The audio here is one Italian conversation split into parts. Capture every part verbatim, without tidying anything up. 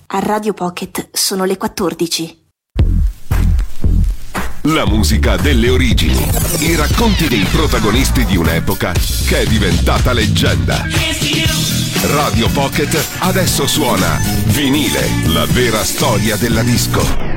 A Radio Pocket sono le quattordici. La musica delle origini, i racconti dei protagonisti di un'epoca che è diventata leggenda. Radio Pocket adesso suona Vinile, la vera storia della disco.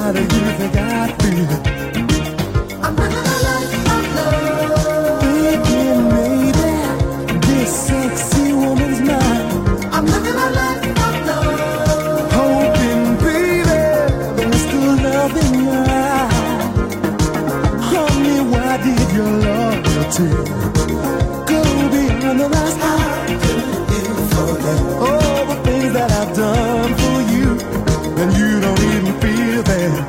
Why do you think I feel? I'm living a life of love. Thinking maybe this sexy woman's mine. I'm living a life of love. Hoping, baby, there's still love in your eyes. Honey, why did your loyalty go beyond the last time? All the things that I've done for you, and you don't even feel that.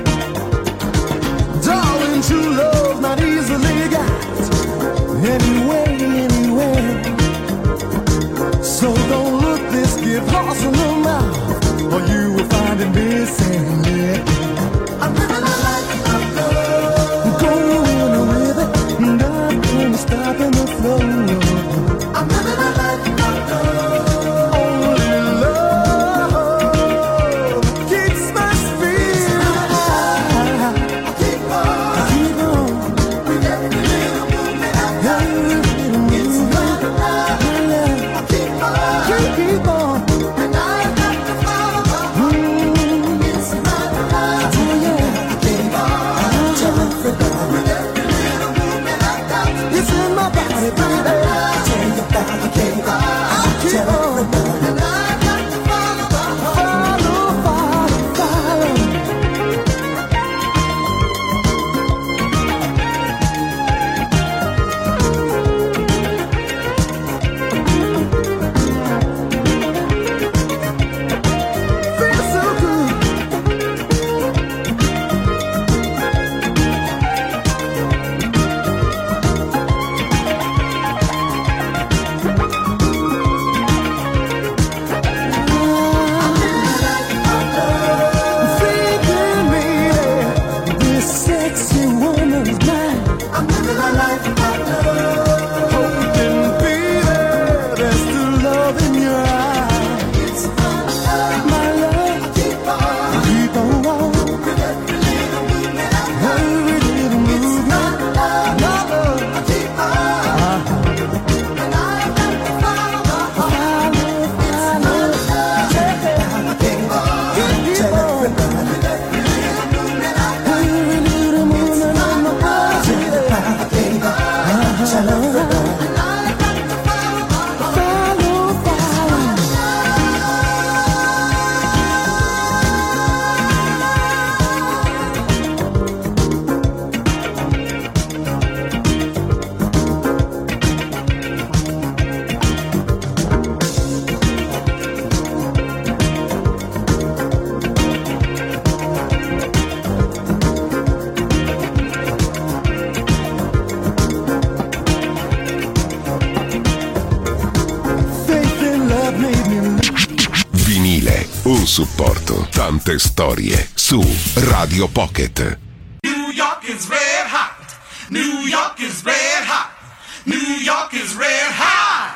Darling, true love's not easily got anyway, anywhere. So don't look this gift horse in the mouth, or you will find it missing. Yeah. I'm living a life of love. Going with it, not gonna stop in the flow. I'm living a life of love. Supporto, tante storie su Radio Pocket. New York is red hot. New York is red hot. New York is red hot.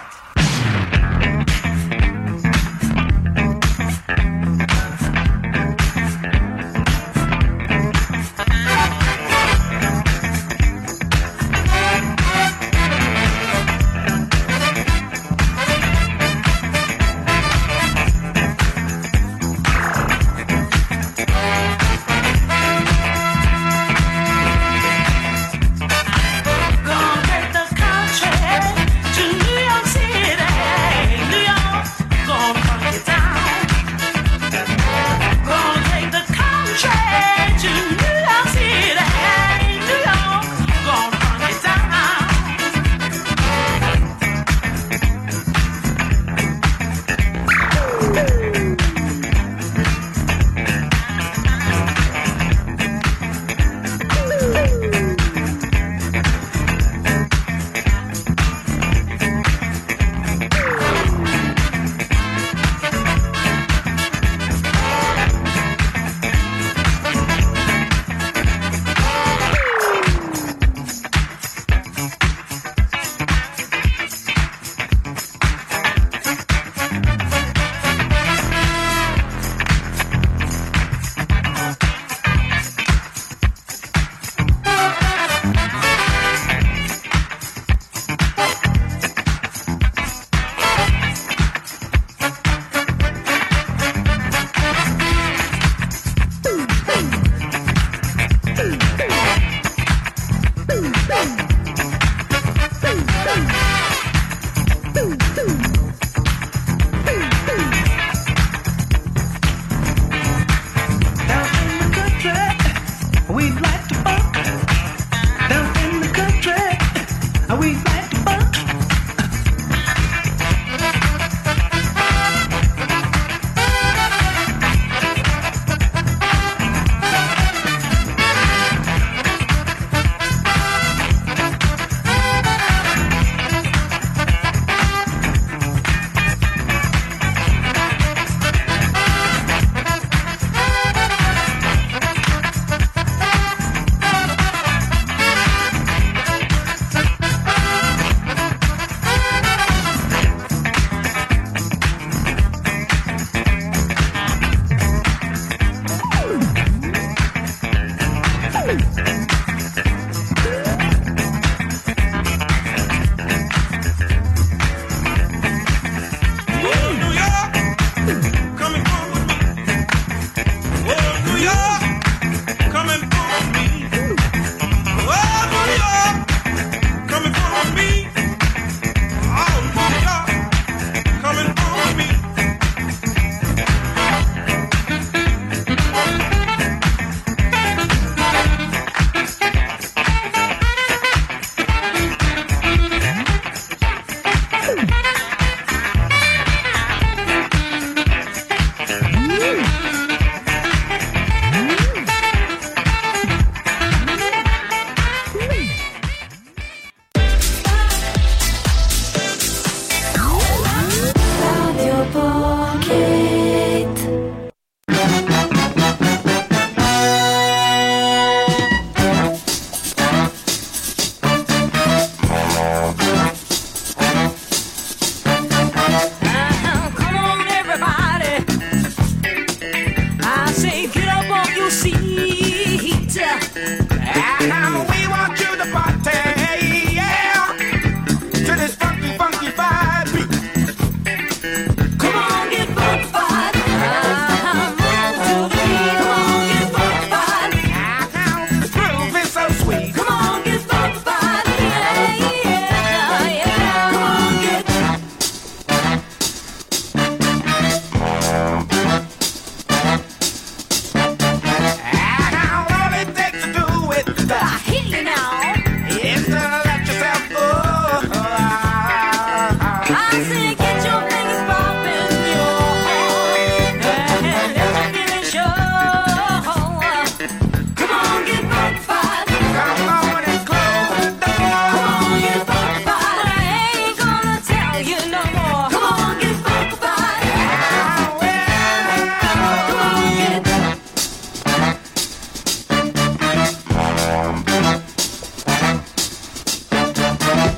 Gonna take the country to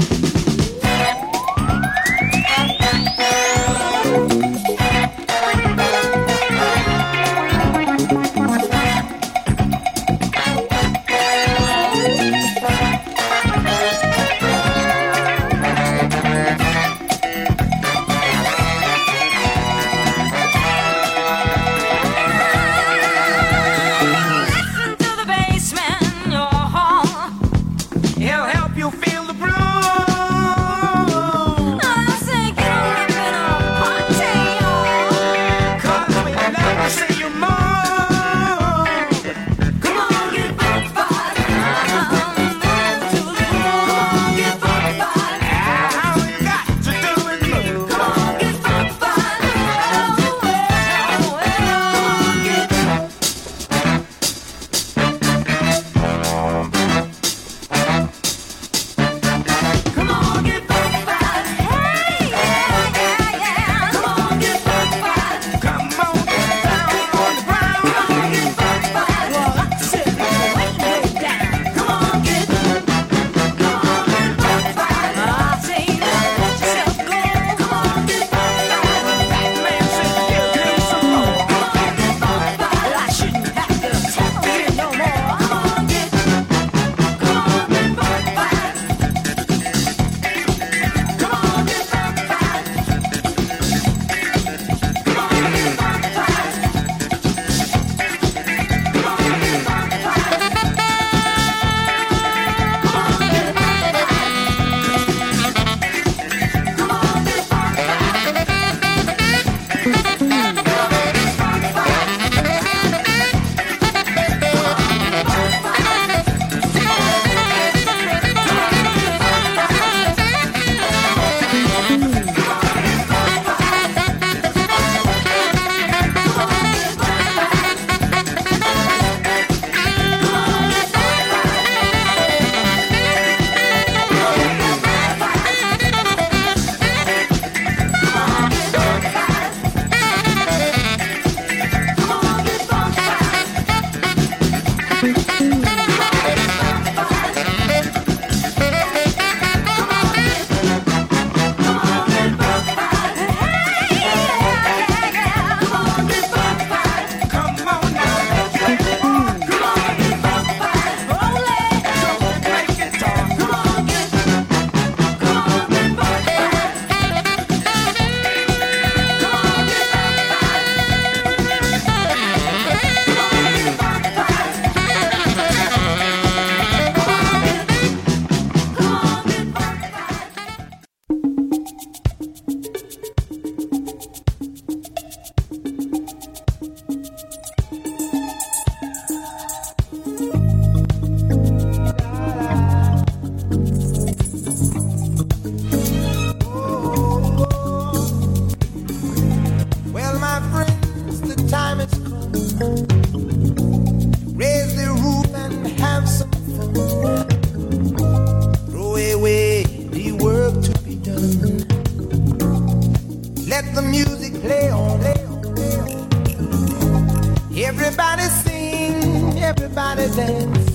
Everybody sing, everybody dance.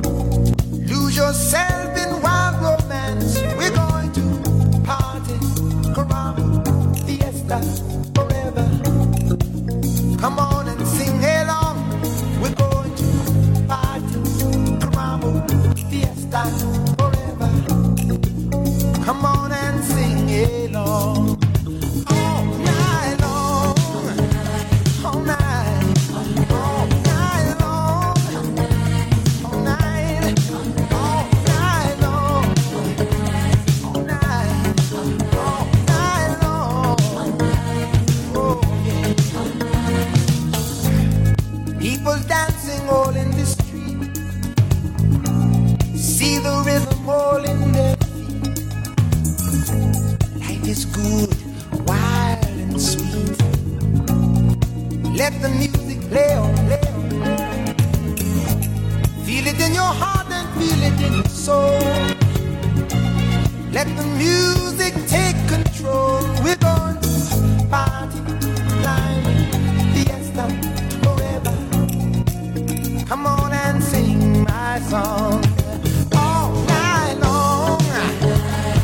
Lose yourself in wild romance. We're going to party, caramba, fiesta, forever. Come on and sing along. We're going to party, caramba, fiesta, forever. Come on and sing along. All night long, all night. Dancing all in the street, see the rhythm all in their feet. Life is good, wild and sweet. Let the music play on, play on, play on. Feel it in your heart and feel it in your soul. Let the music take control. We're going to party, climb, fiesta. Come on and sing my song all night long,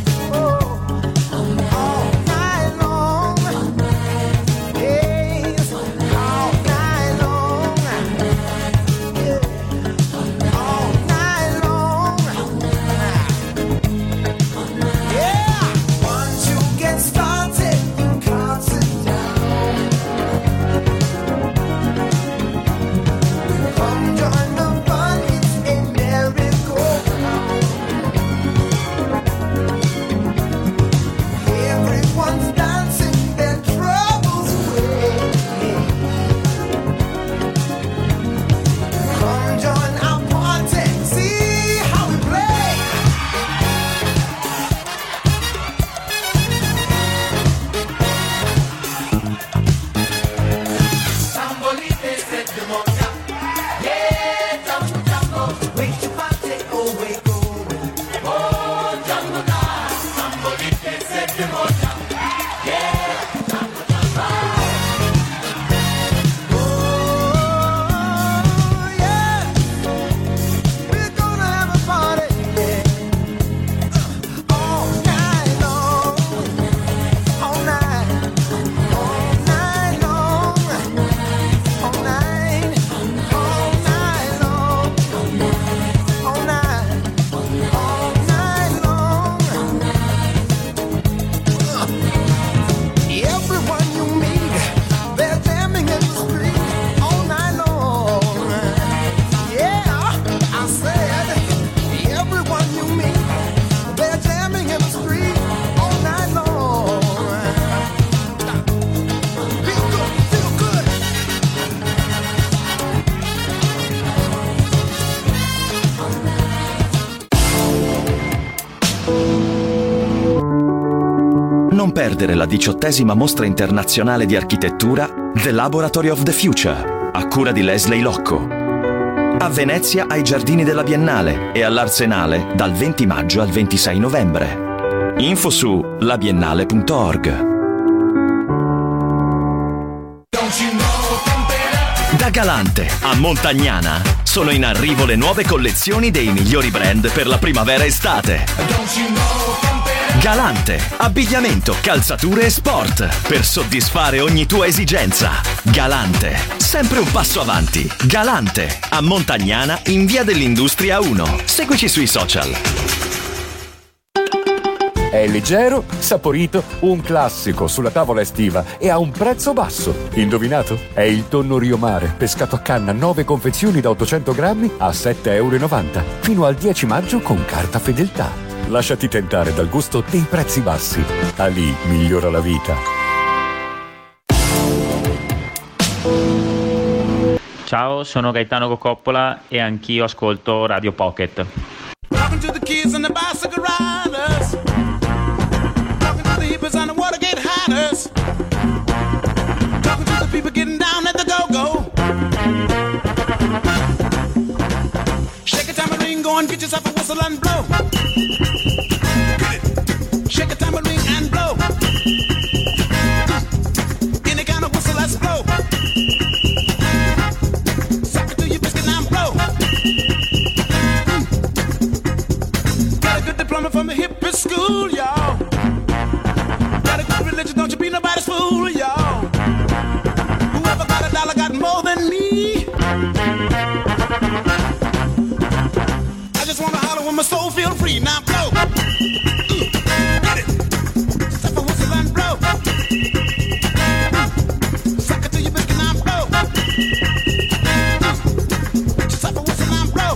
Non perdere la diciottesima mostra internazionale di architettura The Laboratory of the Future, a cura di Leslie Locco. A Venezia ai Giardini della Biennale e all'Arsenale dal venti maggio al ventisei novembre. Info su labiennale punto org. Da Galante a Montagnana sono in arrivo le nuove collezioni dei migliori brand per la primavera-estate. Galante, abbigliamento, calzature e sport per soddisfare ogni tua esigenza. Galante, sempre un passo avanti. Galante, a Montagnana in via dell'Industria uno. Seguici sui social. È leggero, saporito, un classico sulla tavola estiva e a un prezzo basso. Indovinato? È il tonno Rio Mare, pescato a canna, nove confezioni da ottocento grammi a sette e novanta euro, fino al dieci maggio con carta fedeltà. Lasciati tentare dal gusto dei prezzi bassi. Ali migliora la vita. Ciao, sono Gaetano Cocoppola e anch'io ascolto Radio Pocket. Talking to the kids and the bicycle riders. Talking to the hippies and the Watergate hiders. Talking to the people getting down at the go-go. Shake a tambourine, go and get yourself a whistle and blow. Get it. Shake a tambourine and blow. Any kind of whistle, let's blow. Suck it to your biscuit and blow. Diploma from the hippie school, y'all. Got a good religion, don't you be nobody's fool, y'all. Whoever got a dollar got more than me. I just wanna holler when my soul feel free. Now blow. Mm. Get it. Step a whistle and blow. Mm. Suck it to your biscuit now blow. Mm. Step a whistle and blow.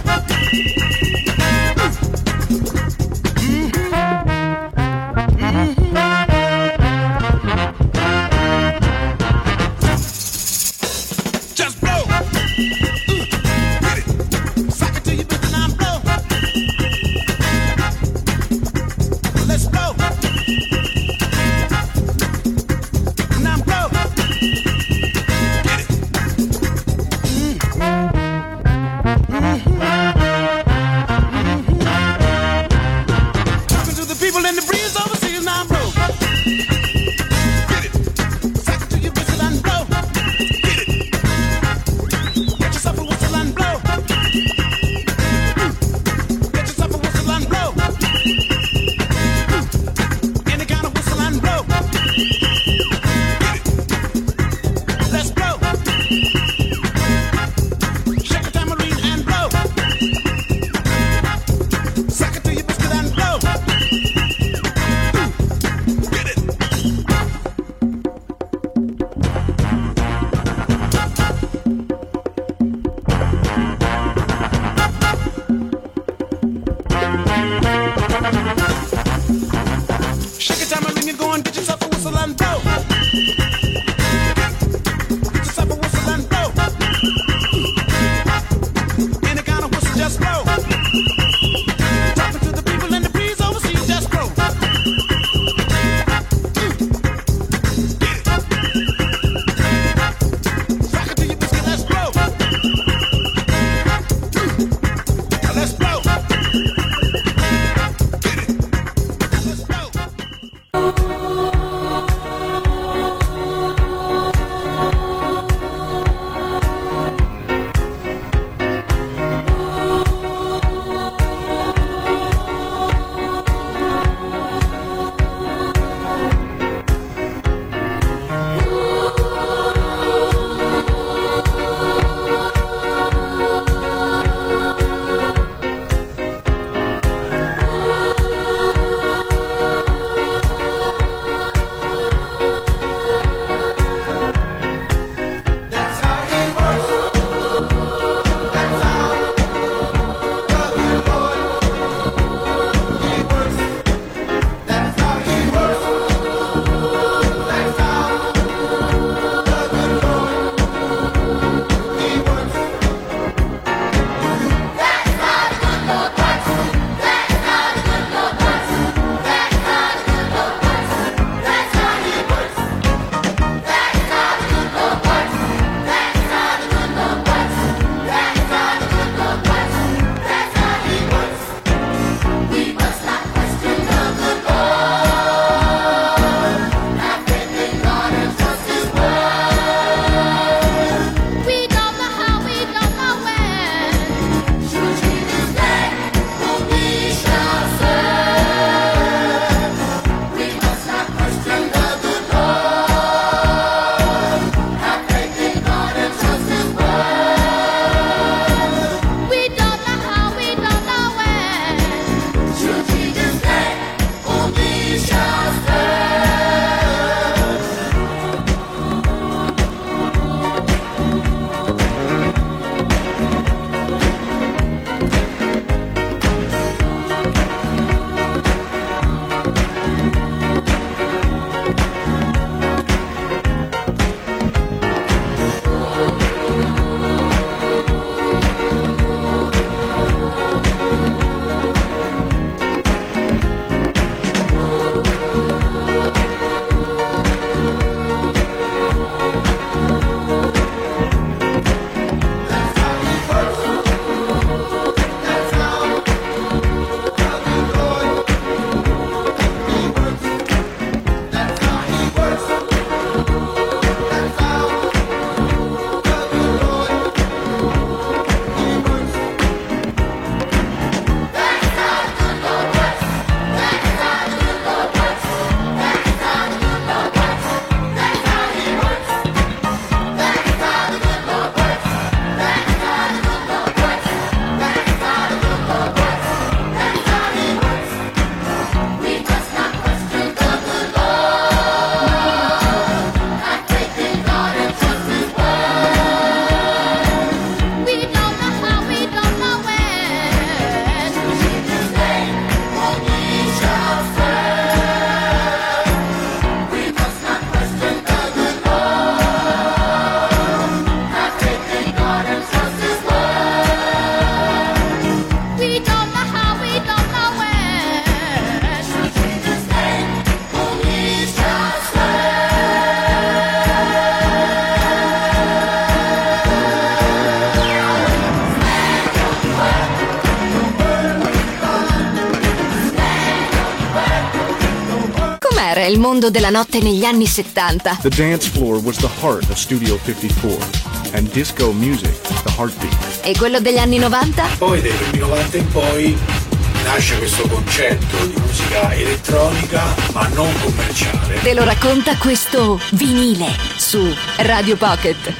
Com'era il mondo della notte negli anni settanta? The dance floor was the heart of Studio fifty-four and disco music the heartbeat. E quello degli anni novanta? Poi dai primi novanta in poi nasce questo concetto di musica elettronica ma non commerciale. Te lo racconta questo vinile su Radio Pocket.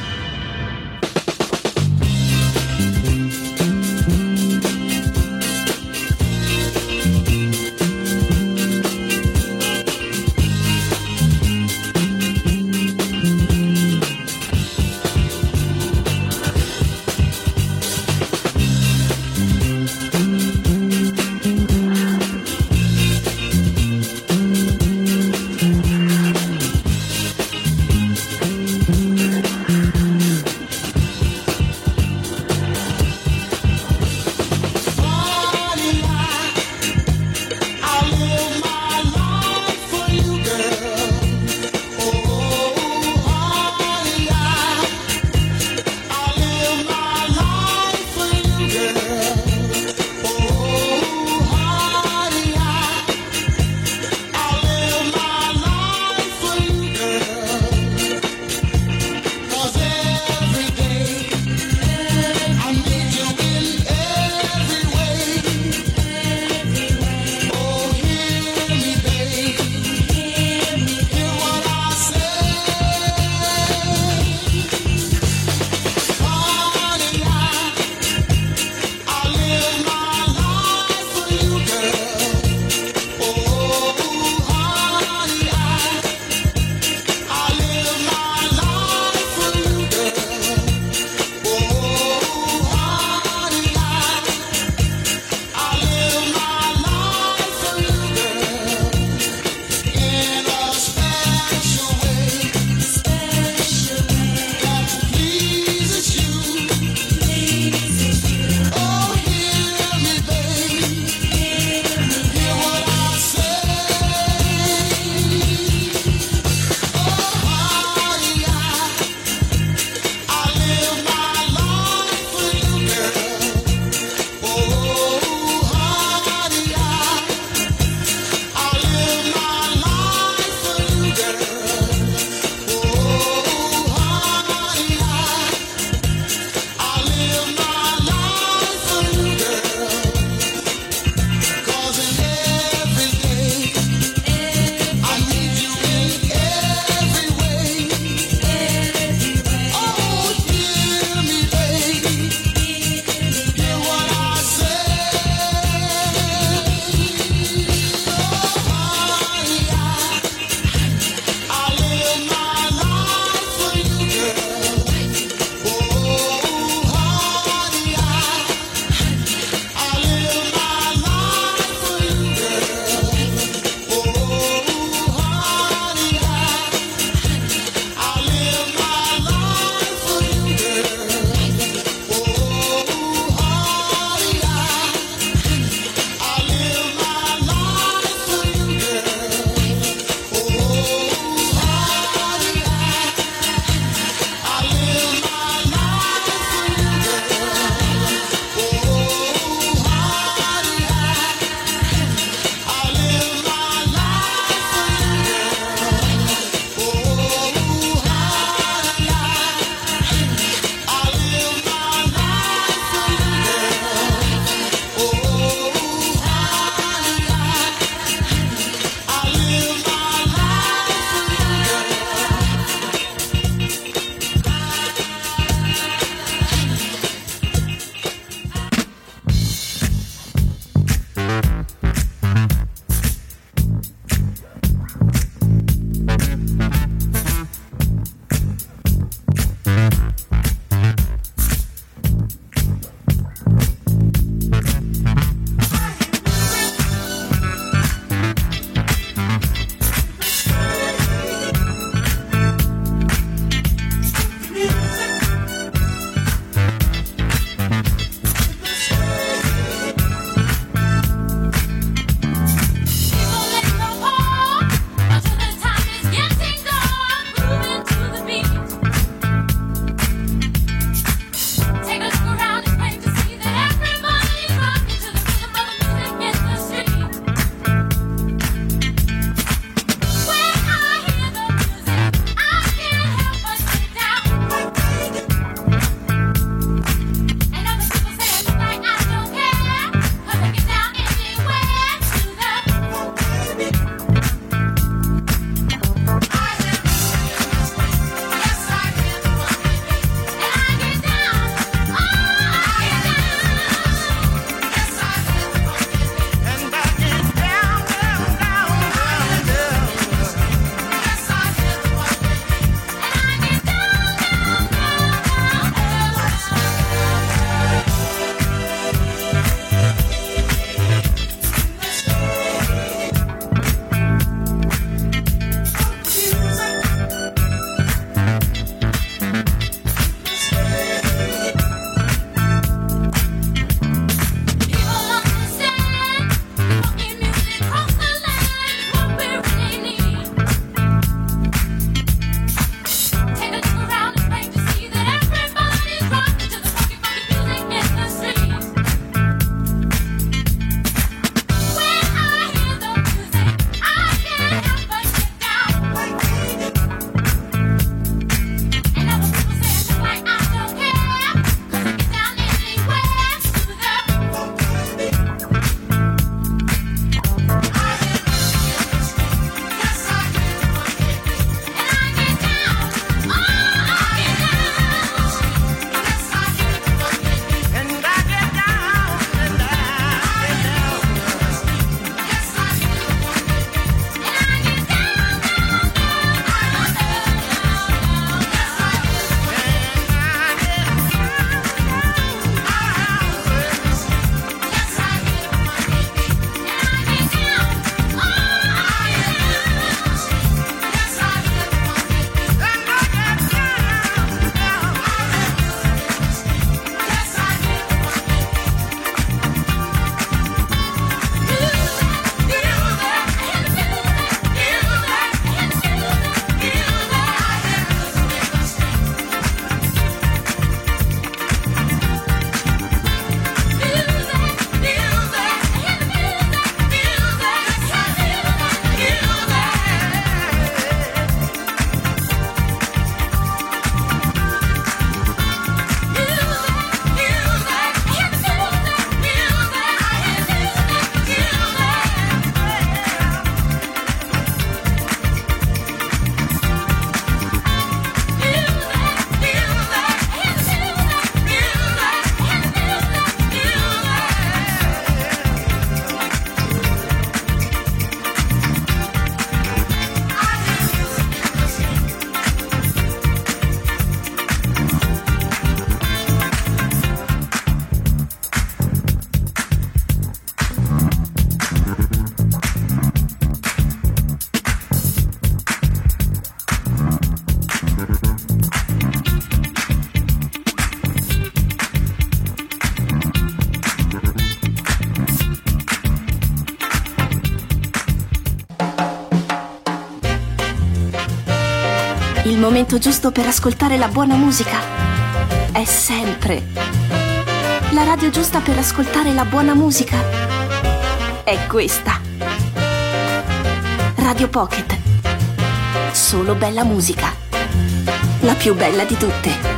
Il momento giusto per ascoltare la buona musica è sempre. La radio giusta per ascoltare la buona musica è questa. Radio Pocket. Solo bella musica. La più bella di tutte.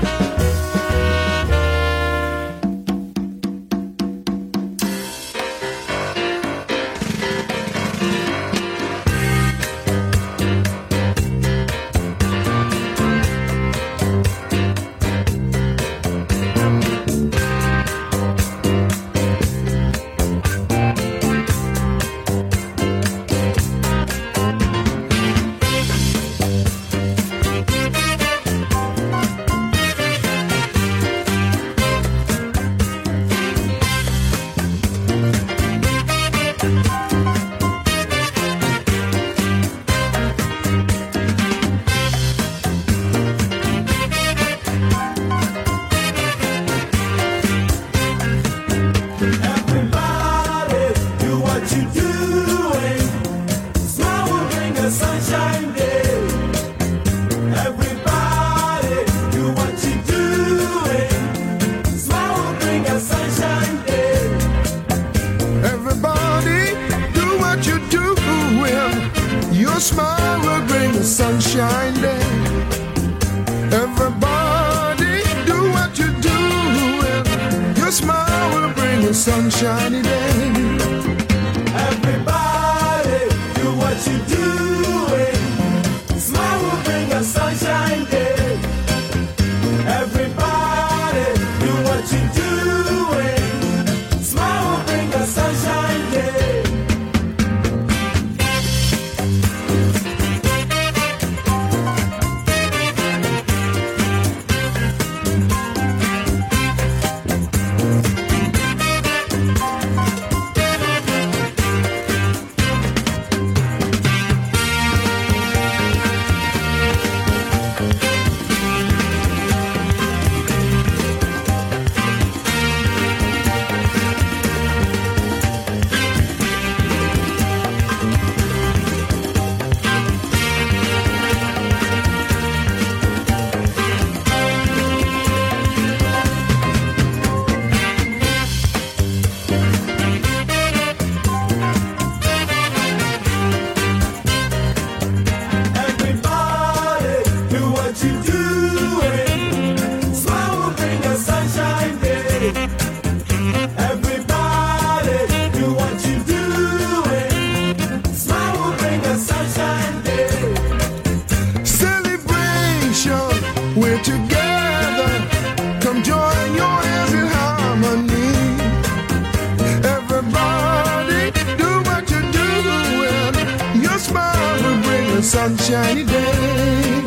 Sunshiny day.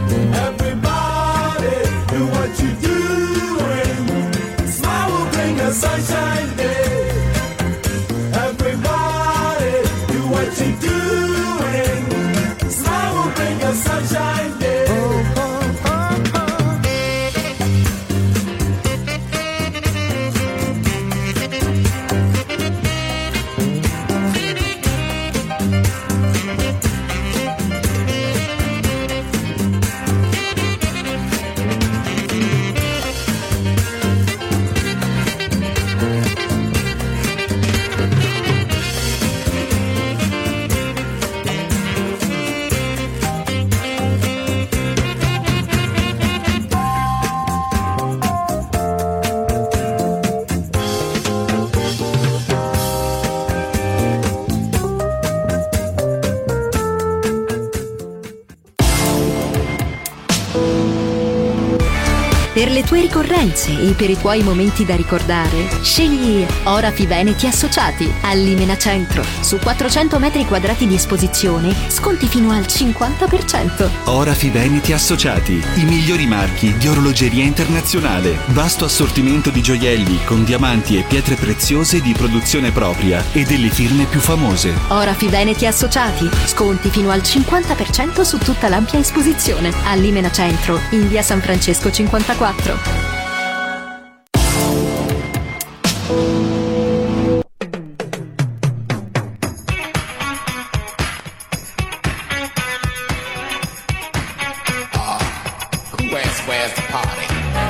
Everybody do what you doing. Smile will bring a sunshine day. Everybody do what you doing. Smile will bring a sunshine day. Oh, oh, oh, oh. Per le tue ricorrenze e per i tuoi momenti da ricordare, scegli Orafi Veneti Associati al Limena Centro. Su quattrocento metri quadrati di esposizione, sconti fino al cinquanta per cento. Orafi Veneti Associati, i migliori marchi di orologeria internazionale. Vasto assortimento di gioielli con diamanti e pietre preziose di produzione propria e delle firme più famose. Orafi Veneti Associati, sconti fino al cinquanta per cento su tutta l'ampia esposizione. Al Limena Centro, in via San Francesco cinquantaquattro. where's the party?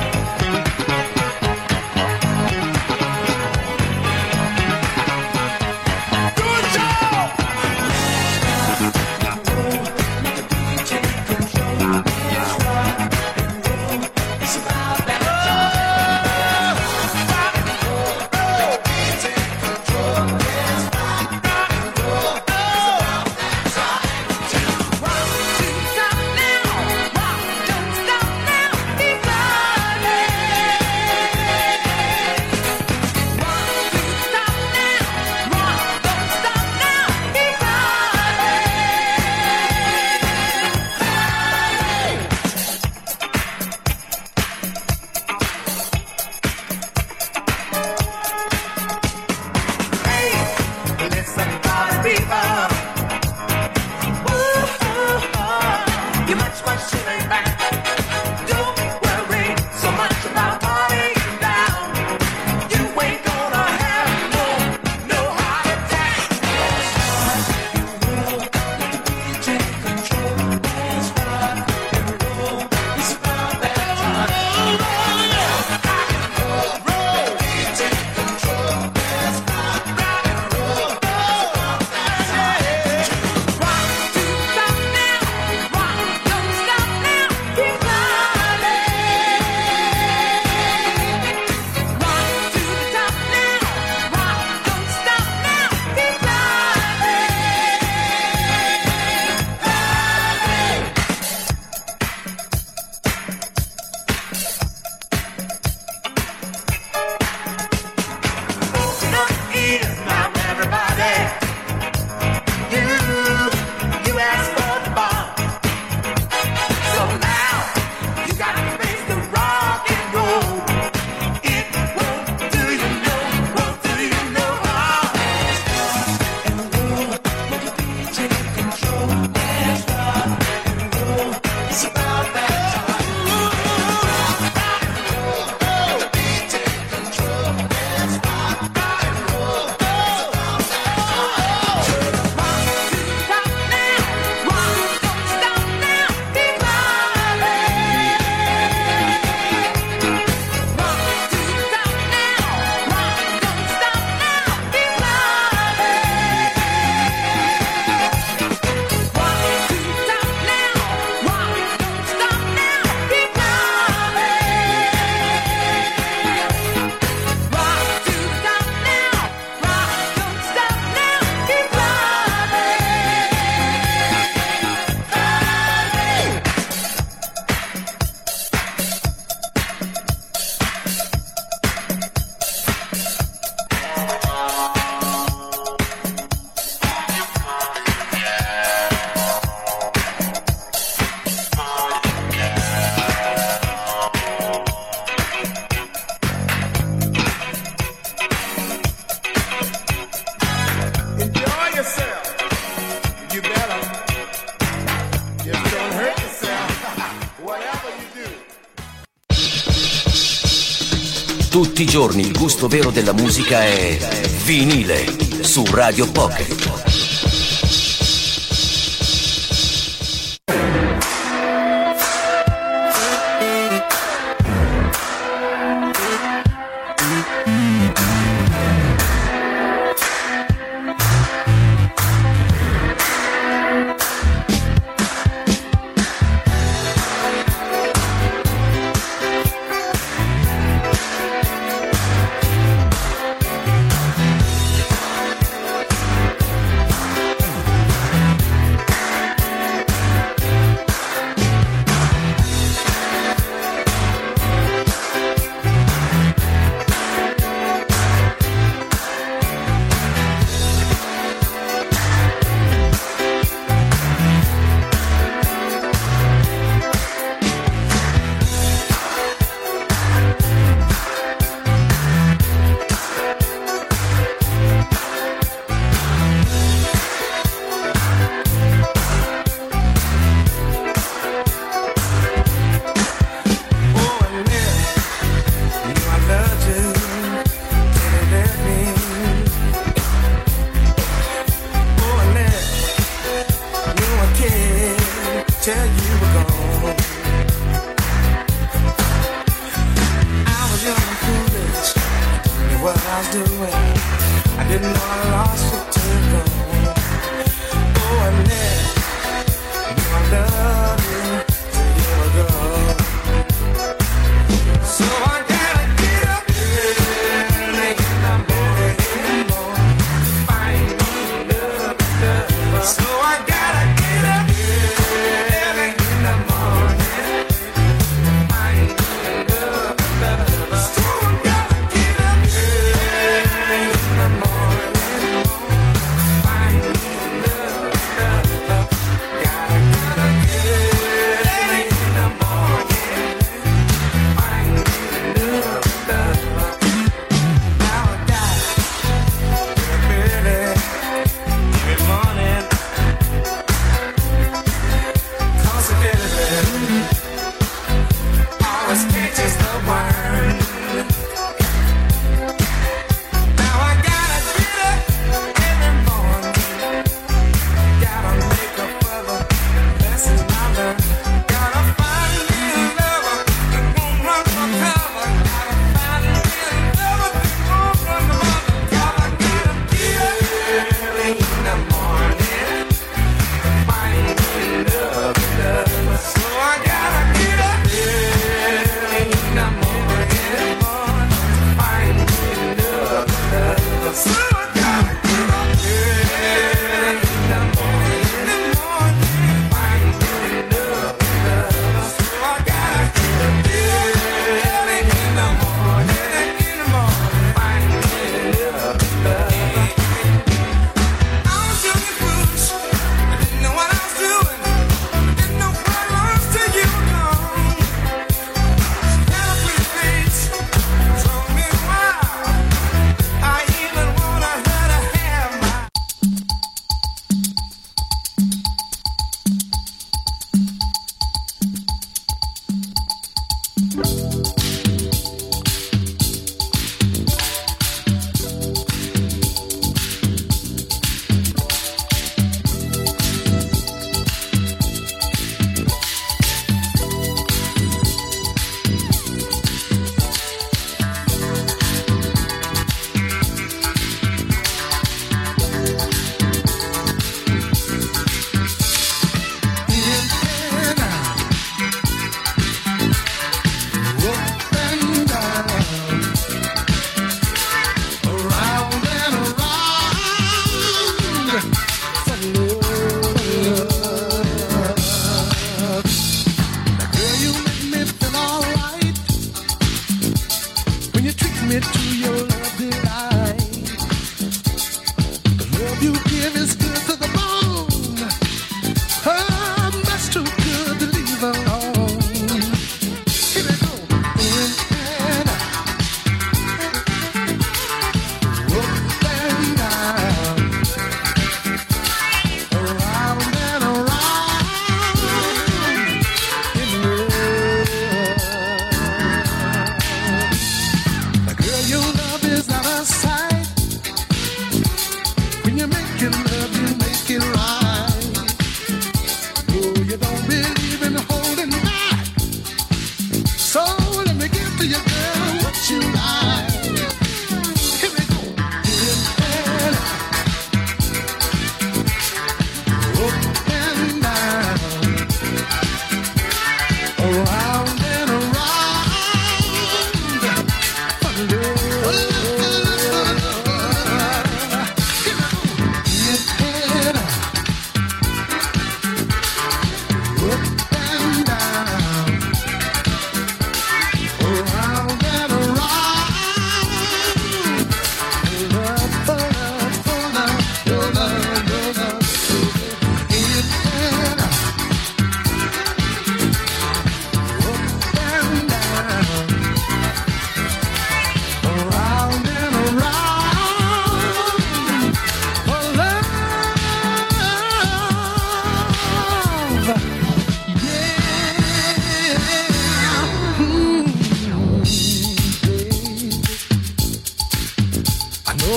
Tutti i giorni il gusto vero della musica è vinile su Radio Pocket.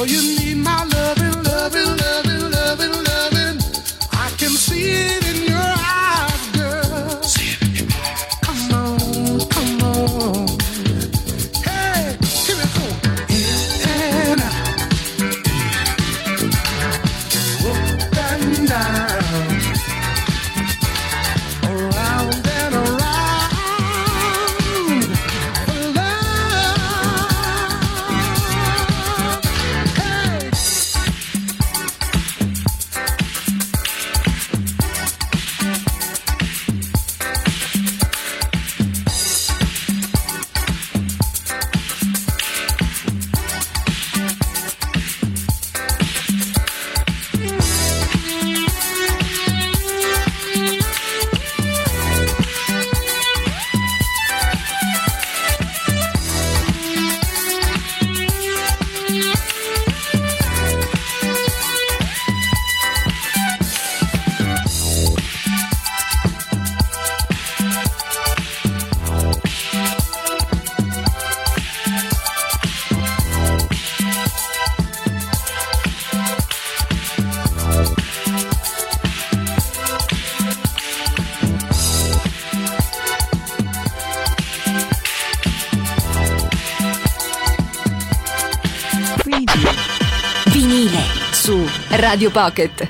know you need my loving, loving, loving, loving, loving. I can see it in your eyes, girl. See it. Come on, come on. Hey, here we go. In and out. Up and down. Around and around. Love. Hey. Vinile su Radio Pocket.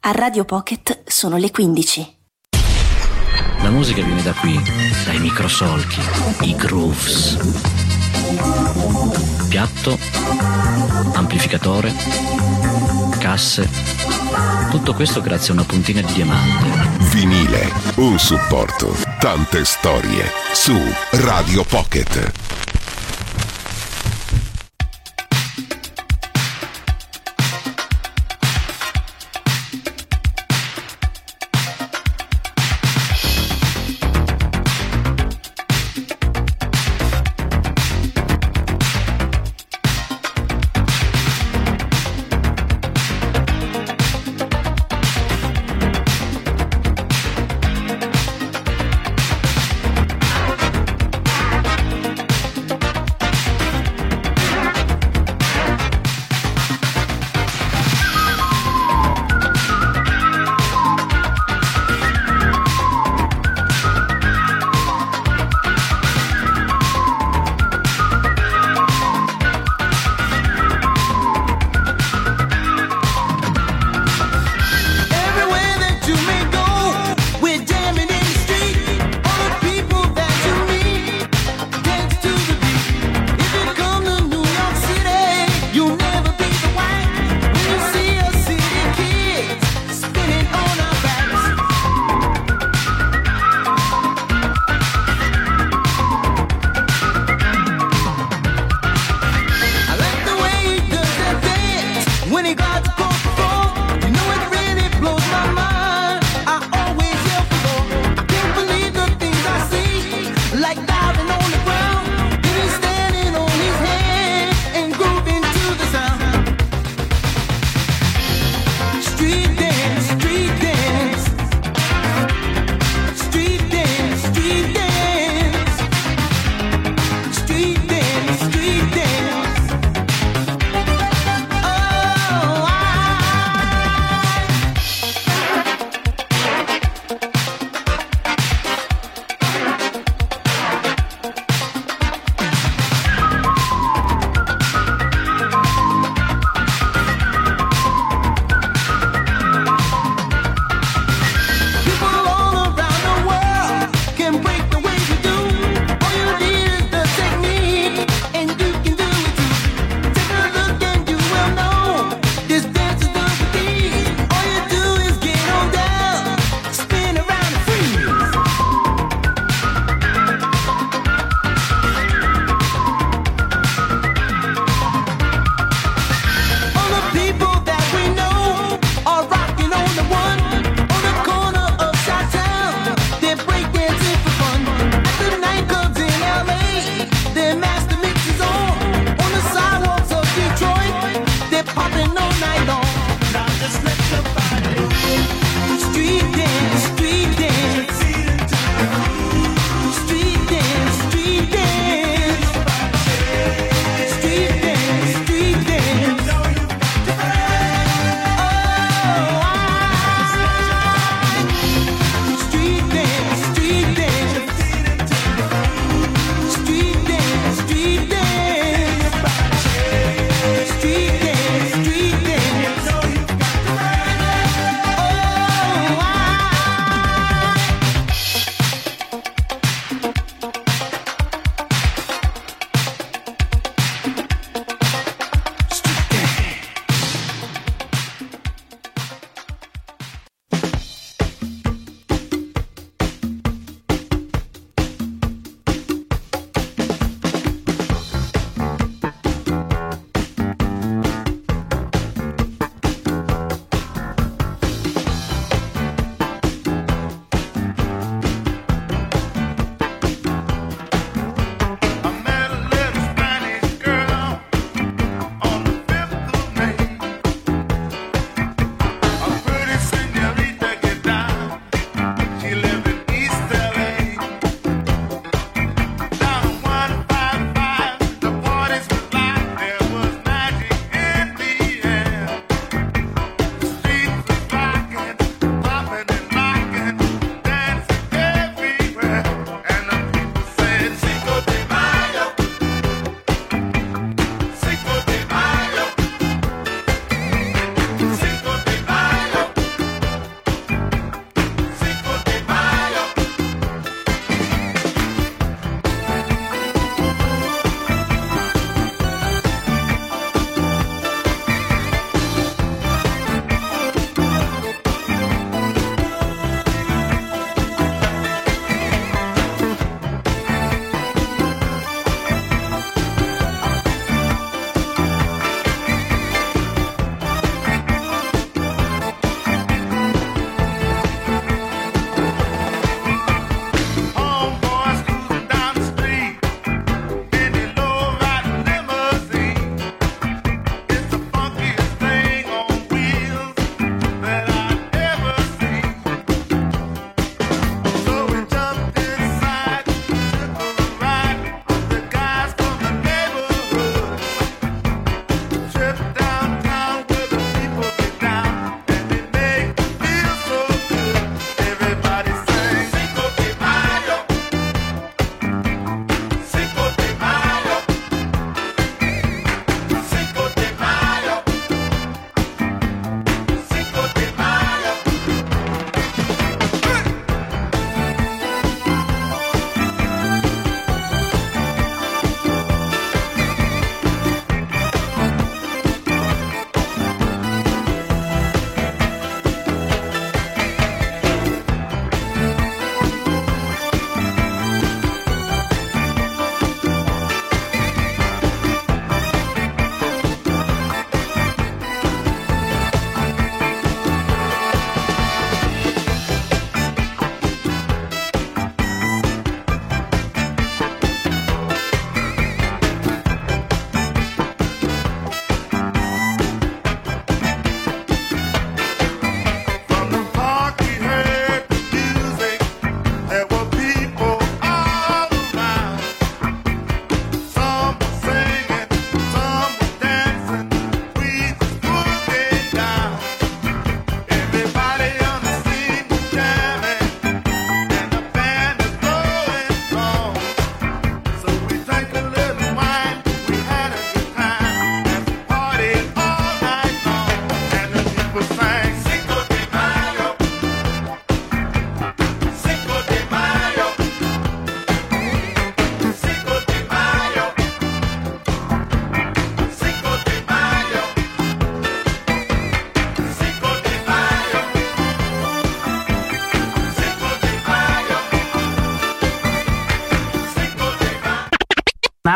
A Radio Pocket sono le quindici. La musica viene da qui, dai microsolchi, i grooves. Piatto, amplificatore, casse. Tutto questo grazie a una puntina di diamante. Vinile, un supporto, tante storie su Radio Pocket.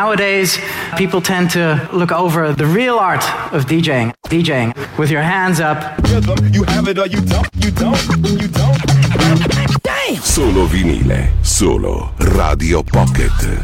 Nowadays, people tend to look over the real art of DJing. DJing with your hands up. You have it or you don't, you don't, you don't. Damn! Solo vinile, solo Radio Pocket.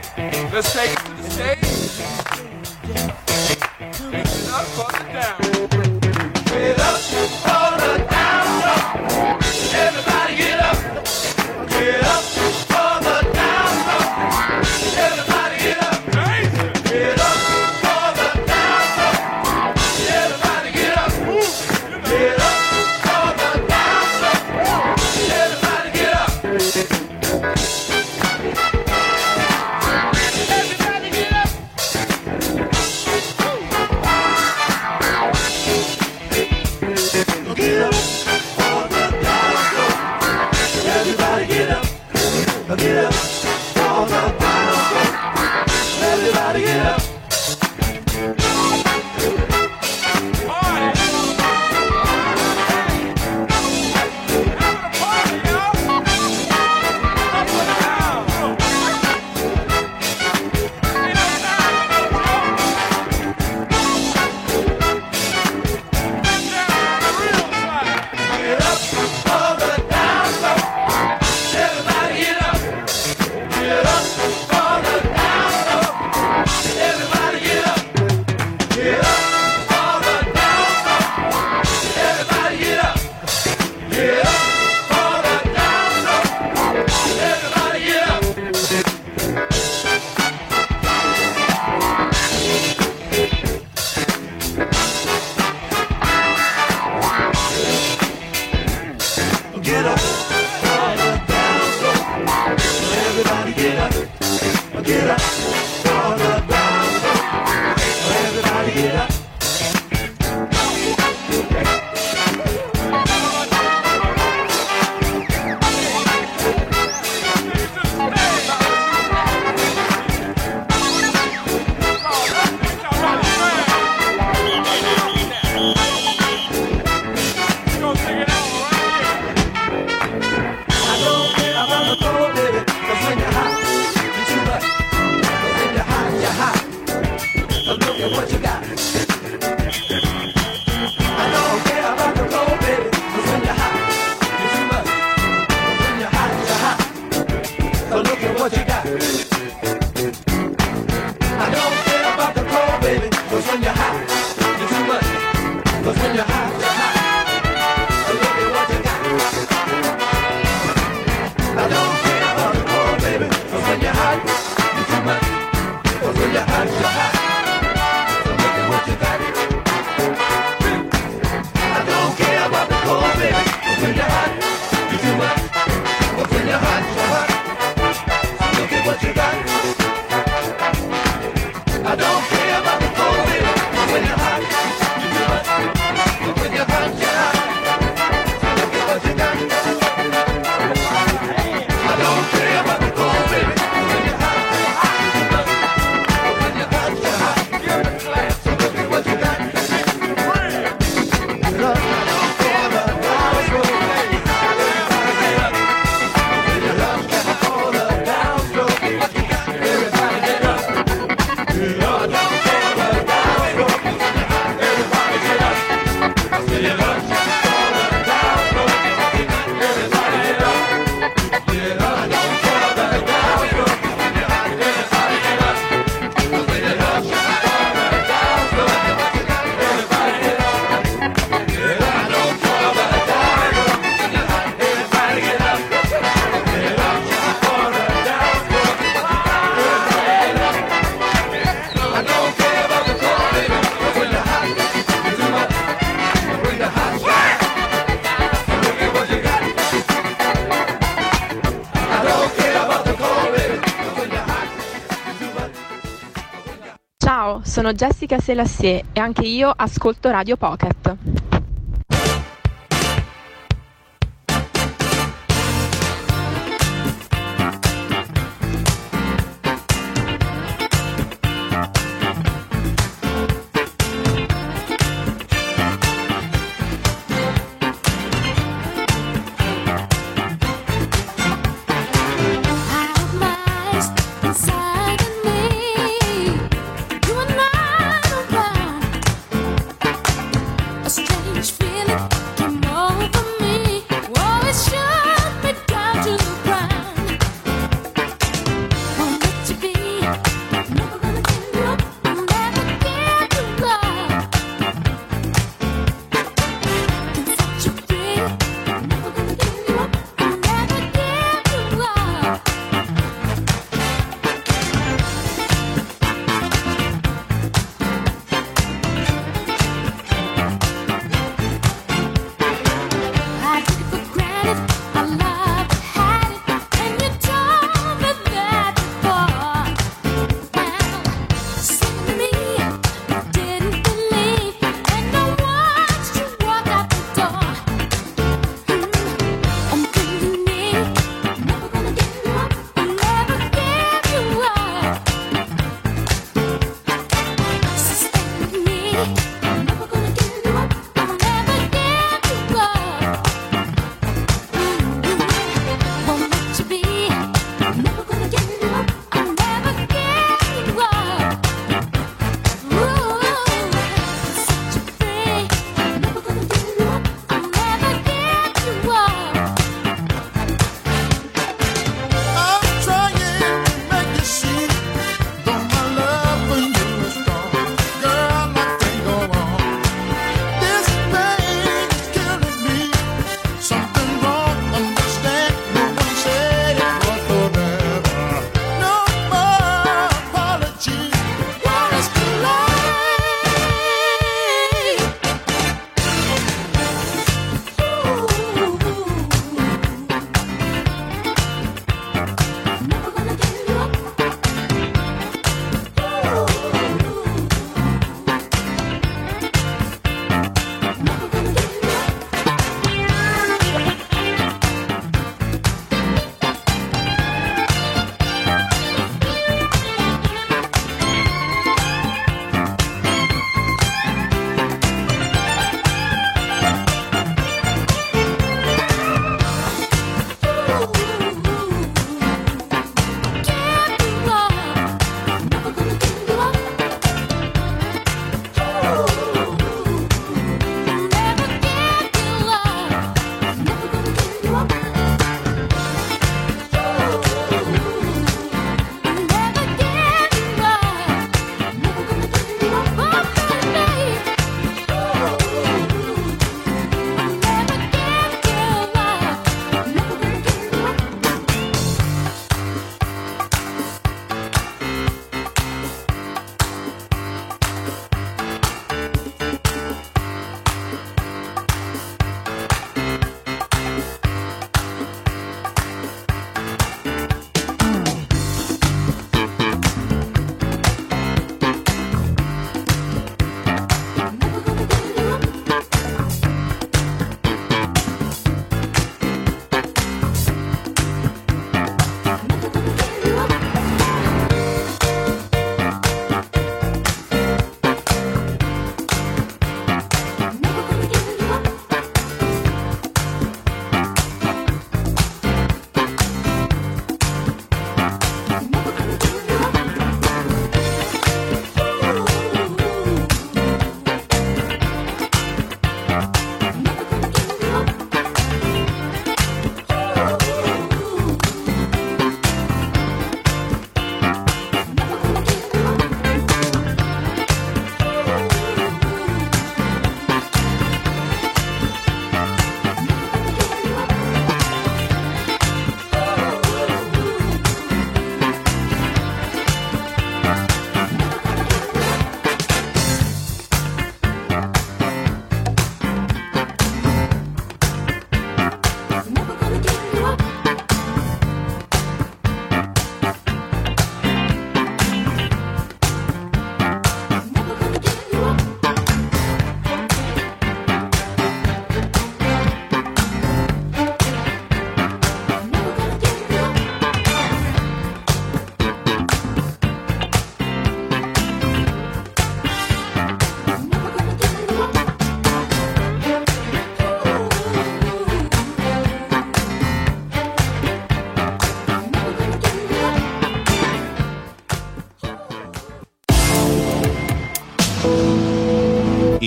Let's take it to the stage. Get it up for the down. Get up for the down low. Everybody get up. Get up for the down low. Everybody get up. Get up for the down low. Everybody get up. Get up for the down low. Everybody get up. Get up, all the down. Everybody get up. Ciao, sono Jessica Selassier e anche io ascolto Radio Pocket. Straight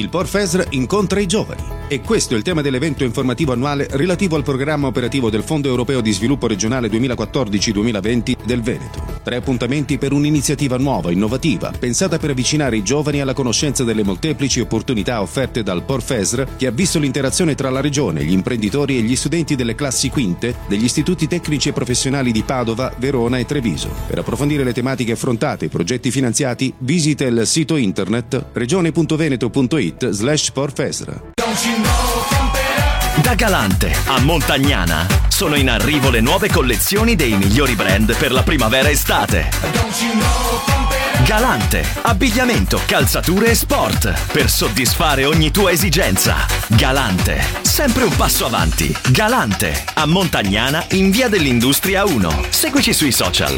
Porfesr incontra i giovani. E questo è il tema dell'evento informativo annuale relativo al programma operativo del Fondo Europeo di Sviluppo Regionale duemilaquattordici duemilaventi del Veneto. Tre appuntamenti per un'iniziativa nuova, innovativa, pensata per avvicinare i giovani alla conoscenza delle molteplici opportunità offerte dal Porfesr, che ha visto l'interazione tra la regione, gli imprenditori e gli studenti delle classi quinte degli istituti tecnici e professionali di Padova, Verona e Treviso. Per approfondire le tematiche affrontate e i progetti finanziati, visita il sito internet regione.veneto.it slash Porfesr. Da Galante a Montagnana sono in arrivo le nuove collezioni dei migliori brand per la primavera-estate. Galante, abbigliamento, calzature e sport per soddisfare ogni tua esigenza. Galante, sempre un passo avanti. Galante, a Montagnana in via dell'Industria uno. Seguici sui social.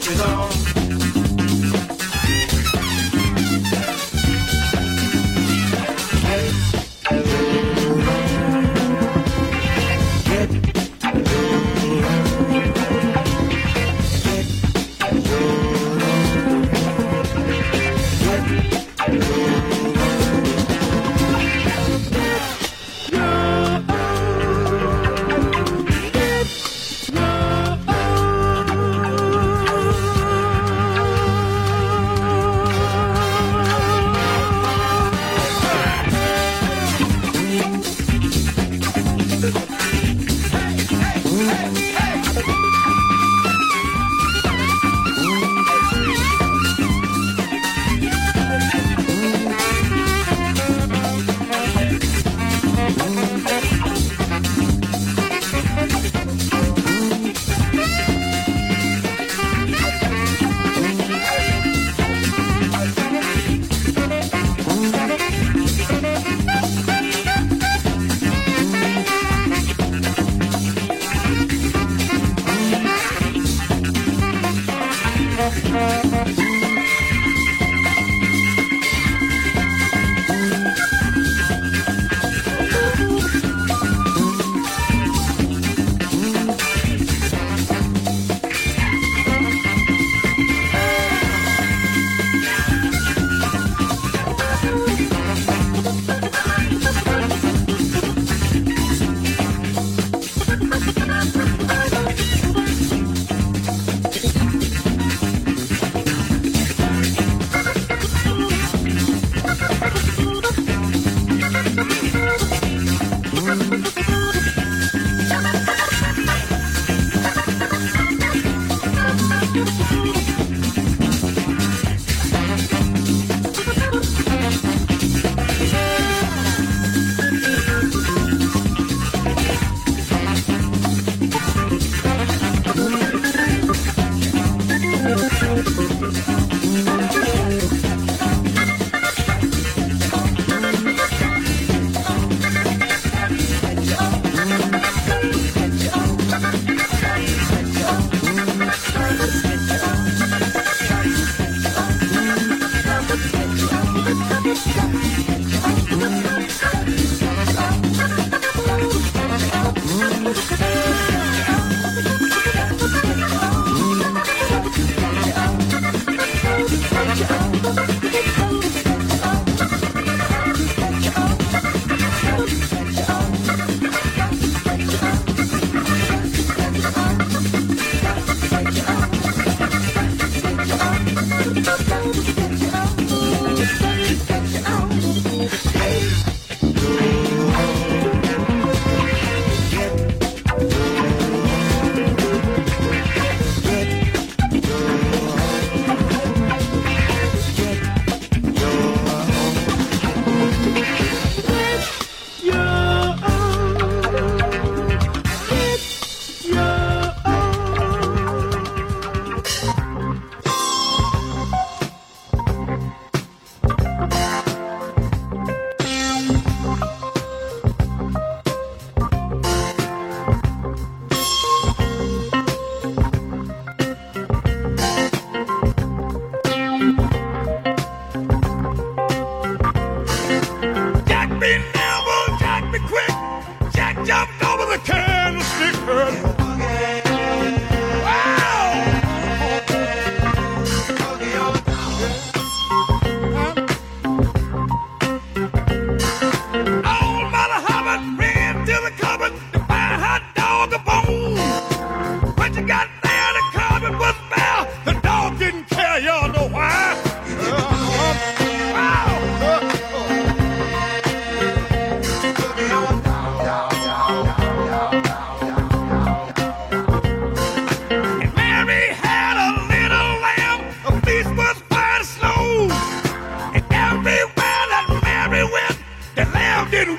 switches on.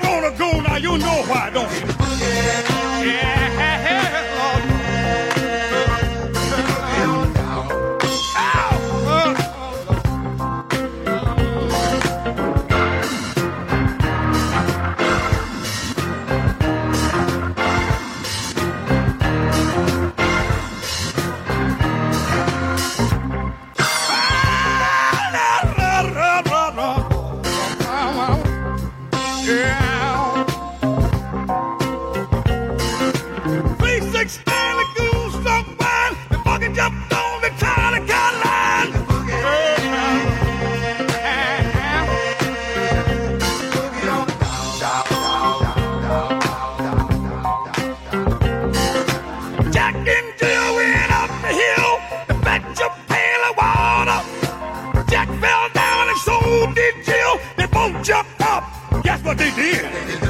You know why, don't you? Yeah, Lord. Big Stanley Goose so fine, the buggy jumped on the Charlie Caroline. Jack and Jill went up the hill to fetch a pail of water. Jack fell down and so did Jill. They both jumped up. Guess what they did?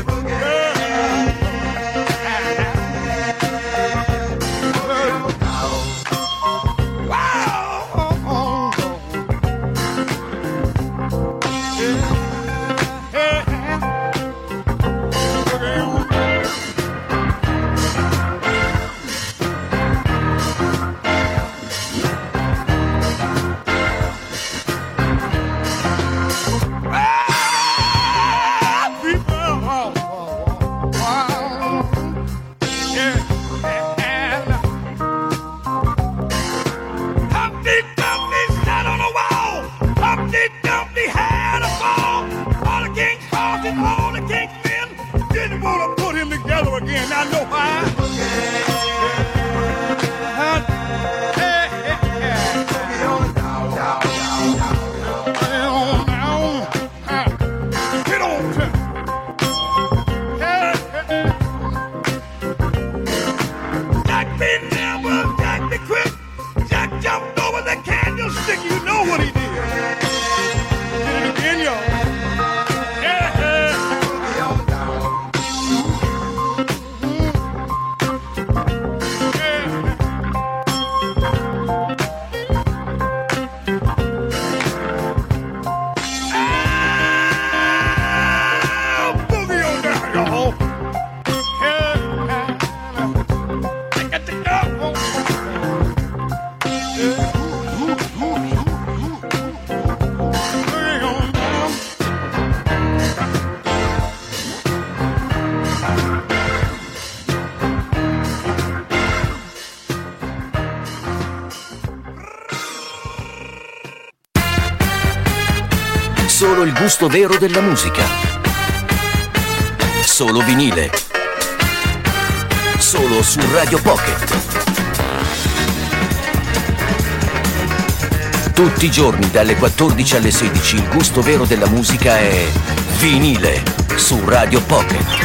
Solo il gusto vero della musica. Solo vinile. Solo su Radio Pocket. Tutti i giorni dalle quattordici alle sedici il gusto vero della musica è vinile su Radio Pocket.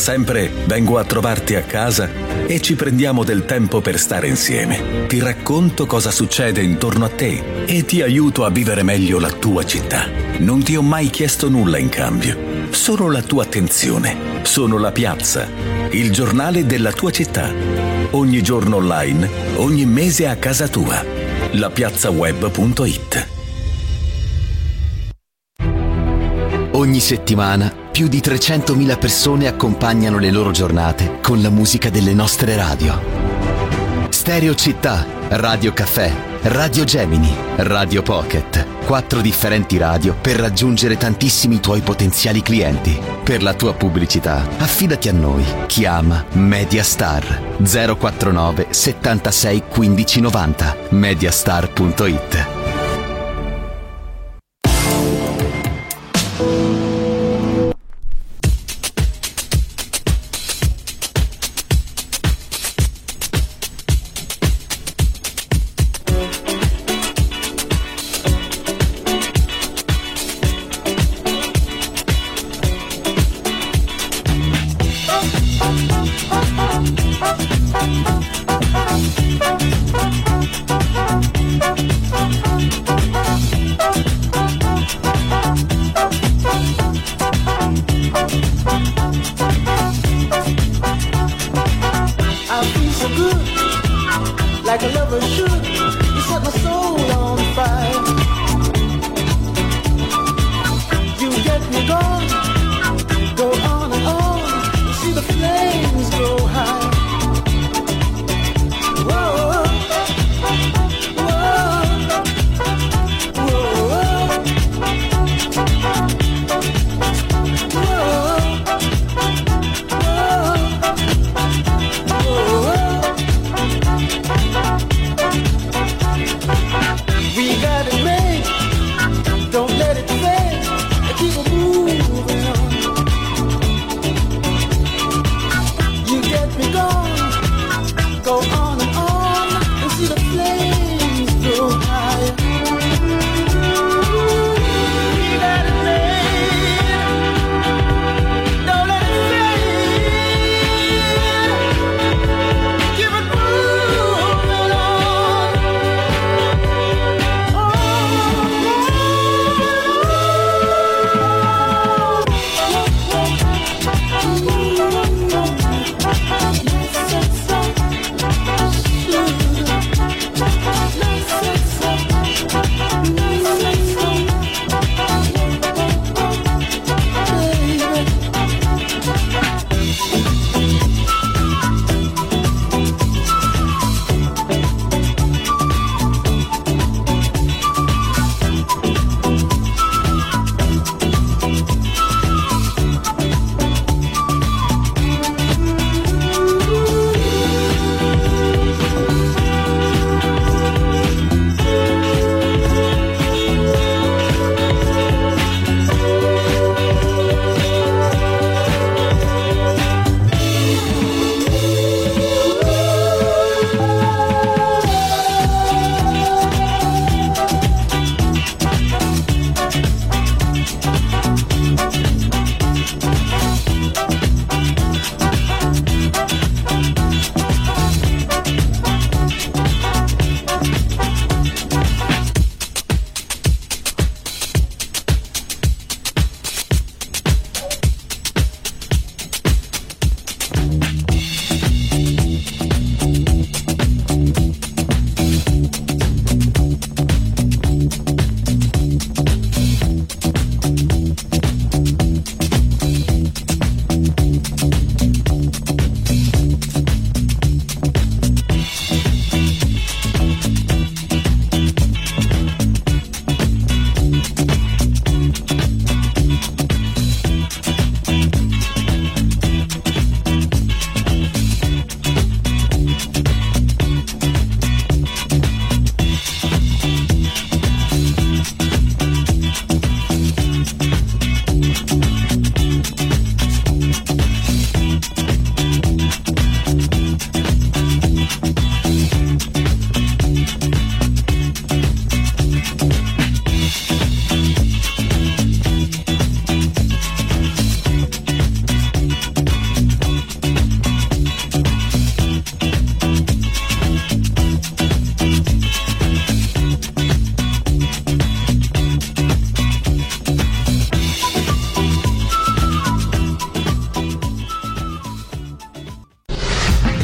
sempre vengo a trovarti a casa e ci prendiamo del tempo per stare insieme. Ti racconto cosa succede intorno a te e ti aiuto a vivere meglio la tua città. Non ti ho mai chiesto nulla in cambio, solo la tua attenzione. Sono La Piazza, il giornale della tua città. Ogni giorno online, ogni mese a casa tua. la piazza web punto it. Ogni settimana più di trecentomila persone accompagnano le loro giornate con la musica delle nostre radio. Stereo Città, Radio Caffè, Radio Gemini, Radio Pocket. Quattro differenti radio per raggiungere tantissimi tuoi potenziali clienti. Per la tua pubblicità, affidati a noi. Chiama Mediastar zero quarantanove settantasei quindici novanta. mediastar punto it.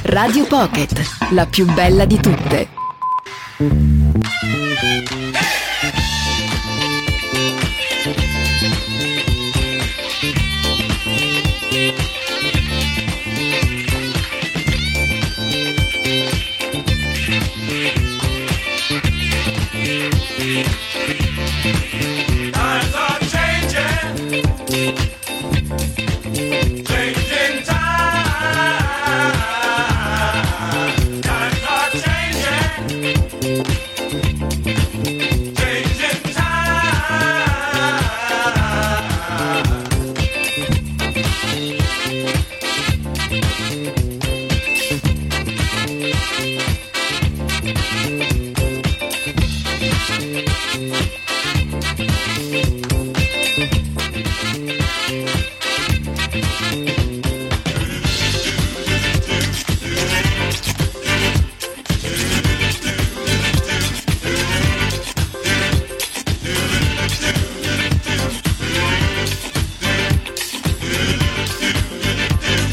Radio Pocket, la più bella di tutte. Times are changing, changing time. Times are changing, changing time.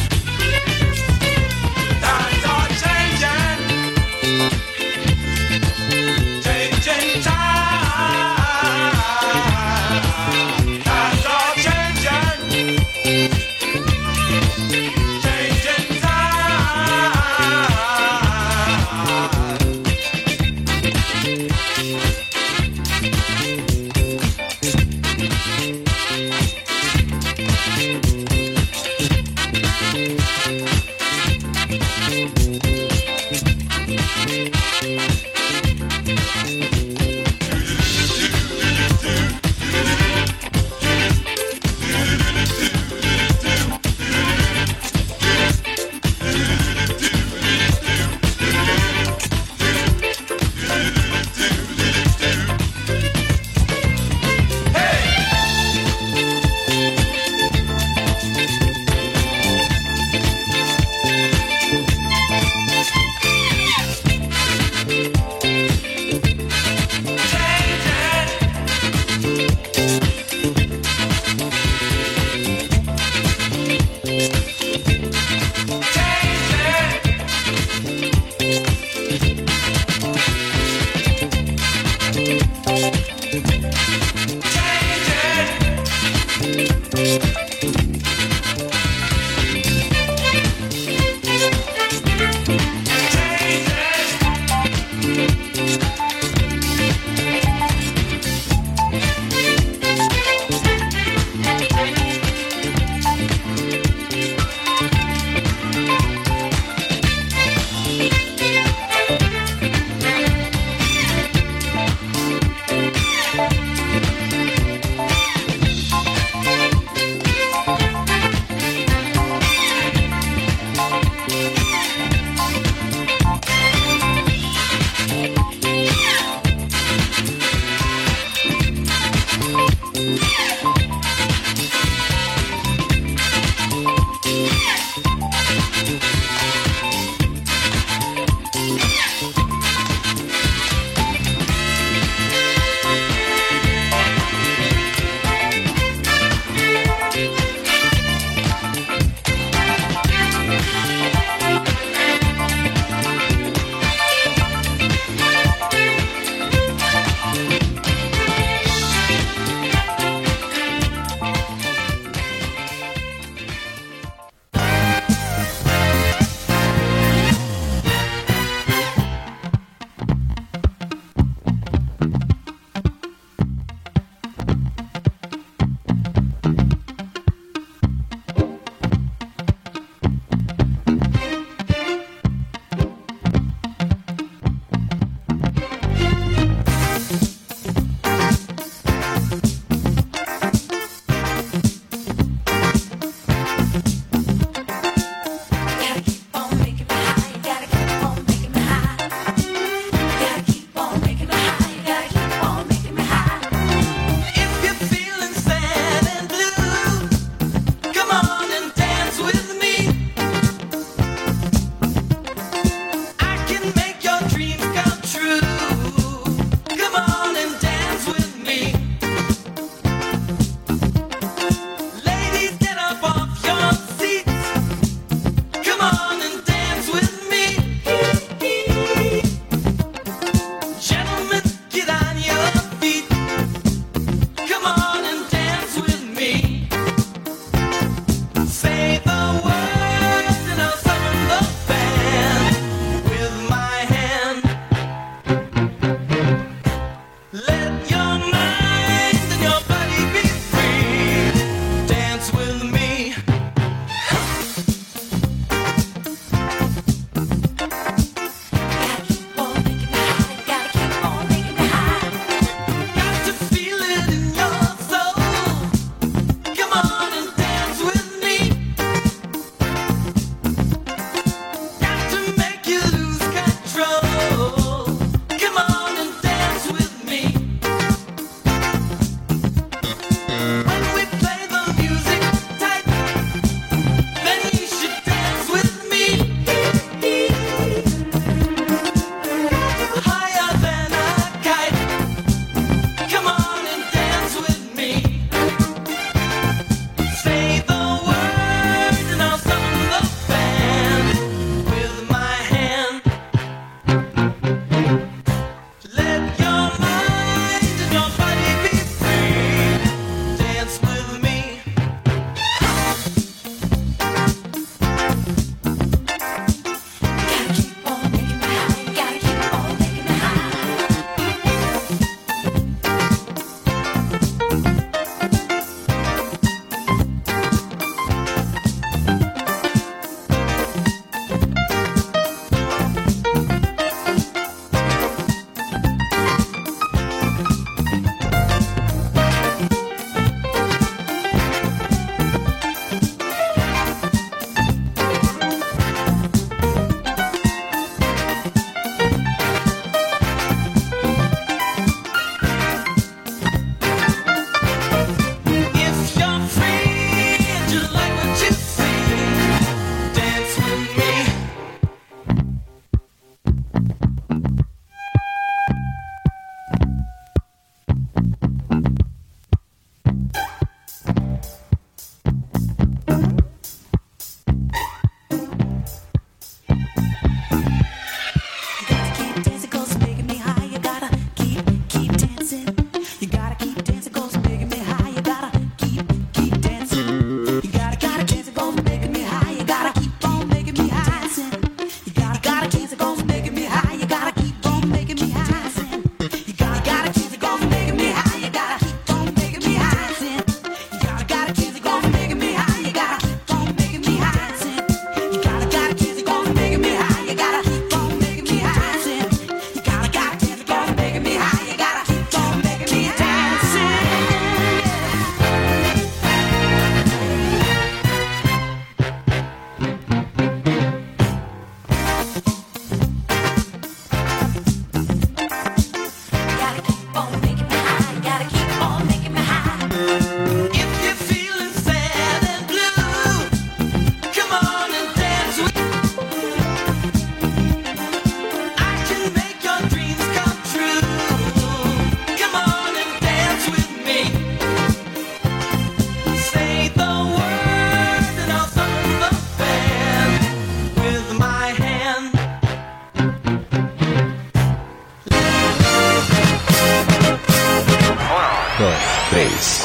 Times are changing,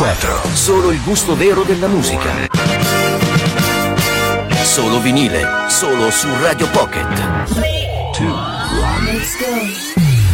quattro. Solo il gusto vero della musica. Solo vinile. Solo su Radio Pocket. three, two, one, let's go.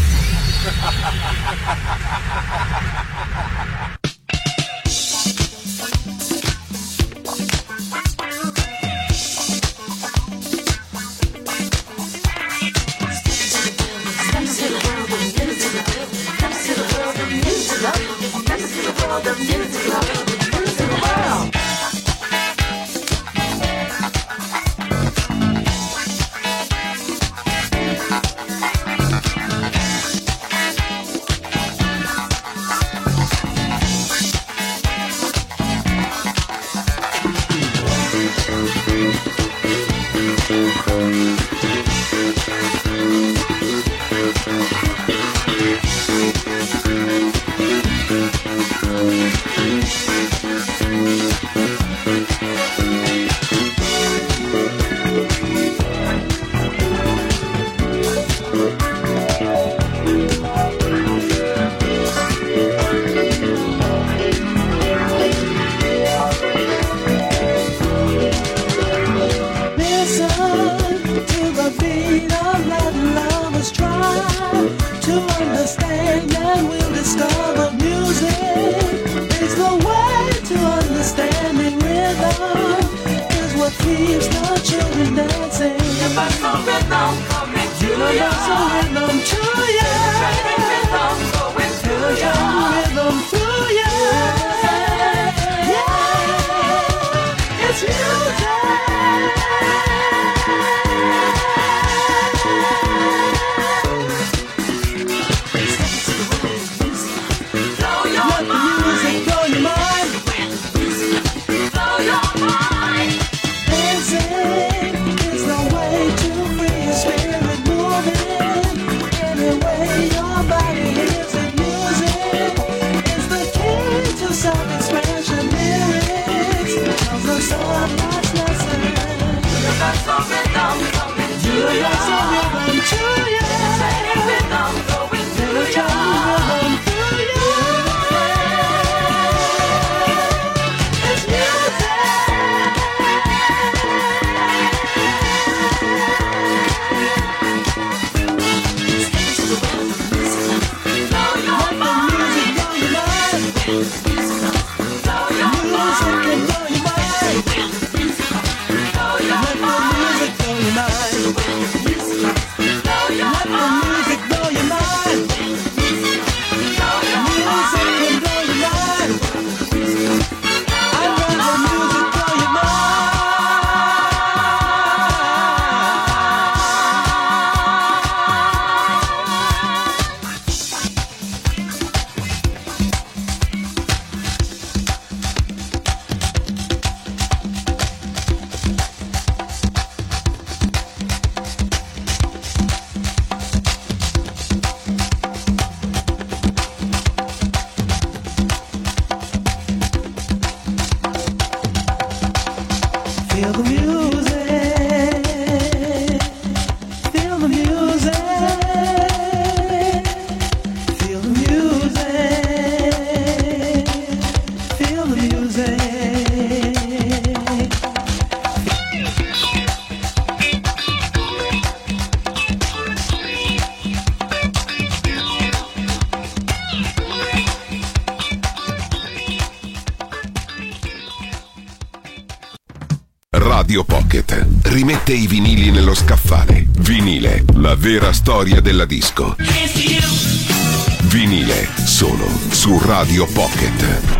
Radio Pocket rimette i vinili nello scaffale. Vinile, la vera storia della disco. Vinile, solo su Radio Pocket.